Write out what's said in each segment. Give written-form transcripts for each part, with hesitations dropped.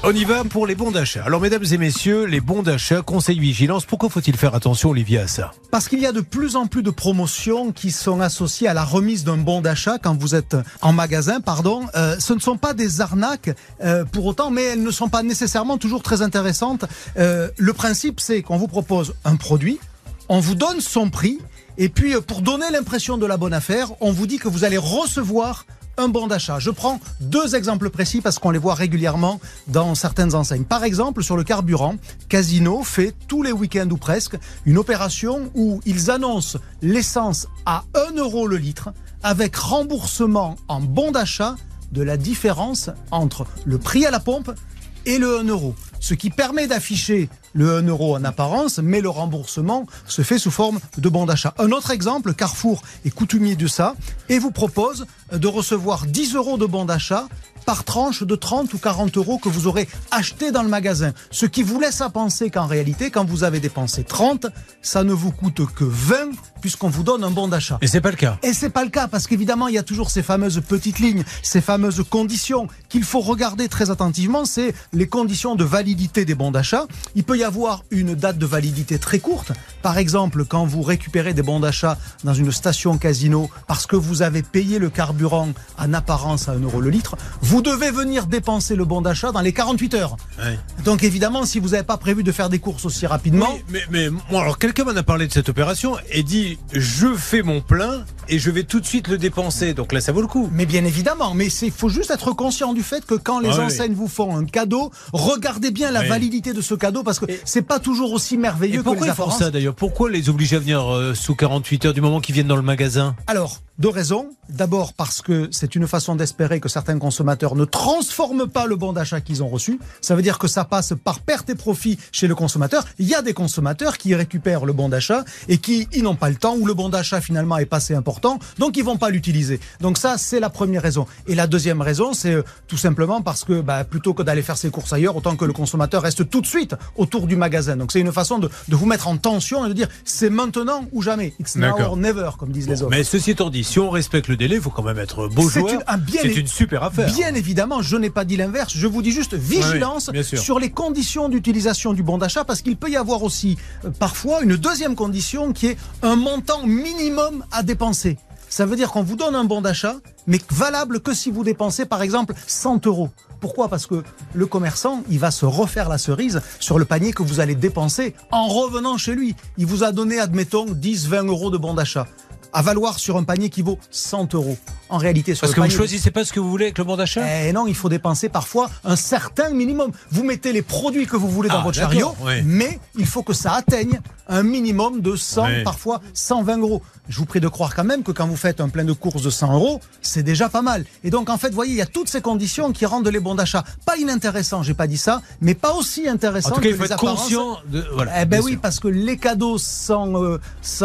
On y va pour les bons d'achat. Alors mesdames et messieurs, les bons d'achat, conseil vigilance, pourquoi faut-il faire attention, Olivier, à ça ? Parce qu'il y a de plus en plus de promotions qui sont associées à la remise d'un bon d'achat quand vous êtes en magasin. Ce ne sont pas des arnaques pour autant, mais elles ne sont pas nécessairement toujours très intéressantes. Le principe, c'est qu'on vous propose un produit, on vous donne son prix, et puis pour donner l'impression de la bonne affaire, on vous dit que vous allez recevoir un bon d'achat. Je prends 2 exemples précis parce qu'on les voit régulièrement dans certaines enseignes. Par exemple, sur le carburant, Casino fait tous les week-ends ou presque une opération où ils annoncent l'essence à 1 € le litre avec remboursement en bon d'achat de la différence entre le prix à la pompe et le 1 €. Ce qui permet d'afficher le 1 € en apparence, mais le remboursement se fait sous forme de bon d'achat. Un autre exemple, Carrefour est coutumier de ça et vous propose de recevoir 10 € de bon d'achat par tranche de 30 ou 40 € que vous aurez acheté dans le magasin. Ce qui vous laisse à penser qu'en réalité, quand vous avez dépensé 30, ça ne vous coûte que 20 puisqu'on vous donne un bon d'achat. Et c'est pas le cas. Et c'est pas le cas parce qu'évidemment, il y a toujours ces fameuses petites lignes, ces fameuses conditions qu'il faut regarder très attentivement. C'est les conditions de validité des bons d'achat. Il peut y avoir une date de validité très courte. Par exemple, quand vous récupérez des bons d'achat dans une station Casino parce que vous avez payé le carburant en apparence à 1 € le litre, vous devez venir dépenser le bon d'achat dans les 48 heures. Oui. Donc évidemment, si vous n'avez pas prévu de faire des courses aussi rapidement... Oui, mais bon, alors quelqu'un m'en a parlé de cette opération et dit je fais mon plein et je vais tout de suite le dépenser. Donc là, ça vaut le coup. Mais bien évidemment, mais il faut juste être conscient du fait que quand les enseignes vous font un cadeau, regardez bien la validité de ce cadeau parce que c'est pas toujours aussi merveilleux que les apparences. Pourquoi ils font ça d'ailleurs ? Pourquoi les obliger à venir sous 48 heures du moment qu'ils viennent dans le magasin ? Alors, 2 raisons. D'abord parce que c'est une façon d'espérer que certains consommateurs ne transforment pas le bon d'achat qu'ils ont reçu. Ça veut dire que ça passe par perte et profit chez le consommateur. Il y a des consommateurs qui récupèrent le bon d'achat et qui n'ont pas le temps ou le bon d'achat finalement est pas assez important, donc ils vont pas l'utiliser. Donc ça, c'est la première raison. Et la deuxième raison, c'est tout simplement parce que plutôt que d'aller faire ses courses ailleurs, autant que le consommateur reste tout de suite autour du magasin. Donc c'est une façon de vous mettre en tension et de dire c'est maintenant ou jamais. It's now or never, comme disent les autres. Mais ceci étant dit, si on respecte le délai, il faut quand même être beau joueur. C'est une super affaire. Bien évidemment, je n'ai pas dit l'inverse. Je vous dis juste vigilance sur les conditions d'utilisation du bon d'achat parce qu'il peut y avoir aussi parfois une deuxième condition qui est un montant minimum à dépenser. Ça veut dire qu'on vous donne un bon d'achat, mais valable que si vous dépensez par exemple 100 €. Pourquoi ? Parce que le commerçant, il va se refaire la cerise sur le panier que vous allez dépenser en revenant chez lui. Il vous a donné, admettons, 10-20 € de bon d'achat à valoir sur un panier qui vaut 100 €. En réalité, sur parce le que panier, vous choisissez pas ce que vous voulez avec le bon d'achat ? Eh non, il faut dépenser parfois un certain minimum. Vous mettez les produits que vous voulez dans votre chariot, mais il faut que ça atteigne un minimum de 100, parfois 120 €. Je vous prie de croire quand même que quand vous faites un plein de courses de 100 €, c'est déjà pas mal. Et donc en fait, vous voyez, il y a toutes ces conditions qui rendent les bons d'achat pas inintéressants, j'ai pas dit ça, mais pas aussi intéressants que les apparences. En tout cas, il faut être conscient de... Voilà, oui, parce que les cadeaux sans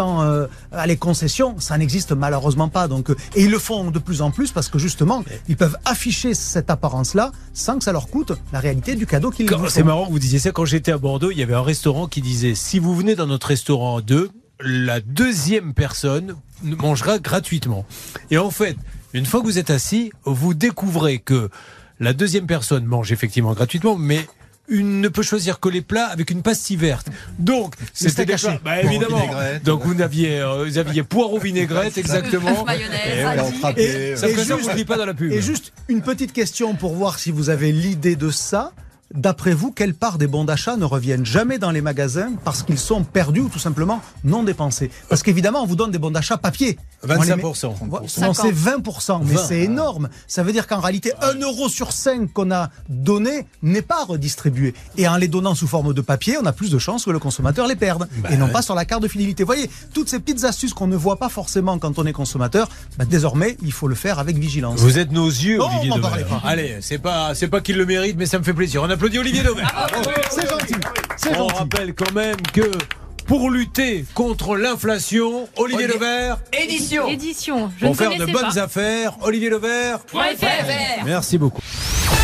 les concessions, ça n'existe malheureusement pas. Donc, et ils le font de plus en plus parce que justement, ils peuvent afficher cette apparence-là sans que ça leur coûte la réalité du cadeau qu'ils vous font. C'est marrant que vous disiez ça. Quand j'étais à Bordeaux, il y avait un restaurant qui disait si vous venez dans notre restaurant 2, la deuxième personne mangera gratuitement. Et en fait, une fois que vous êtes assis, vous découvrez que la deuxième personne mange effectivement gratuitement, mais ne peut choisir que les plats avec une pastille verte. Donc, c'était des plats, évidemment. Donc, vous aviez poireau vinaigrette, exactement. Mayonnaise, ça ne vous dit pas dans la pub. Et juste une petite question pour voir si vous avez l'idée de ça. D'après vous, quelle part des bons d'achat ne reviennent jamais dans les magasins parce qu'ils sont perdus ou tout simplement non dépensés ? Parce qu'évidemment, on vous donne des bons d'achat papier. 25%. Non, c'est 20%, mais c'est énorme. Ça veut dire qu'en réalité, 1 € sur 5 qu'on a donné n'est pas redistribué. Et en les donnant sous forme de papier, on a plus de chances que le consommateur les perde. Et non pas sur la carte de fidélité. Vous voyez, toutes ces petites astuces qu'on ne voit pas forcément quand on est consommateur, désormais, il faut le faire avec vigilance. Vous êtes nos yeux, Olivier Dever. Allez, c'est pas qu'il le mérite, mais ça me fait plaisir. On applaudit Olivier Dever. C'est gentil. On rappelle quand même que pour lutter contre l'inflation, Olivier Dever, Édition. Pour faire de bonnes affaires, Olivier Dever. .fr. Merci beaucoup.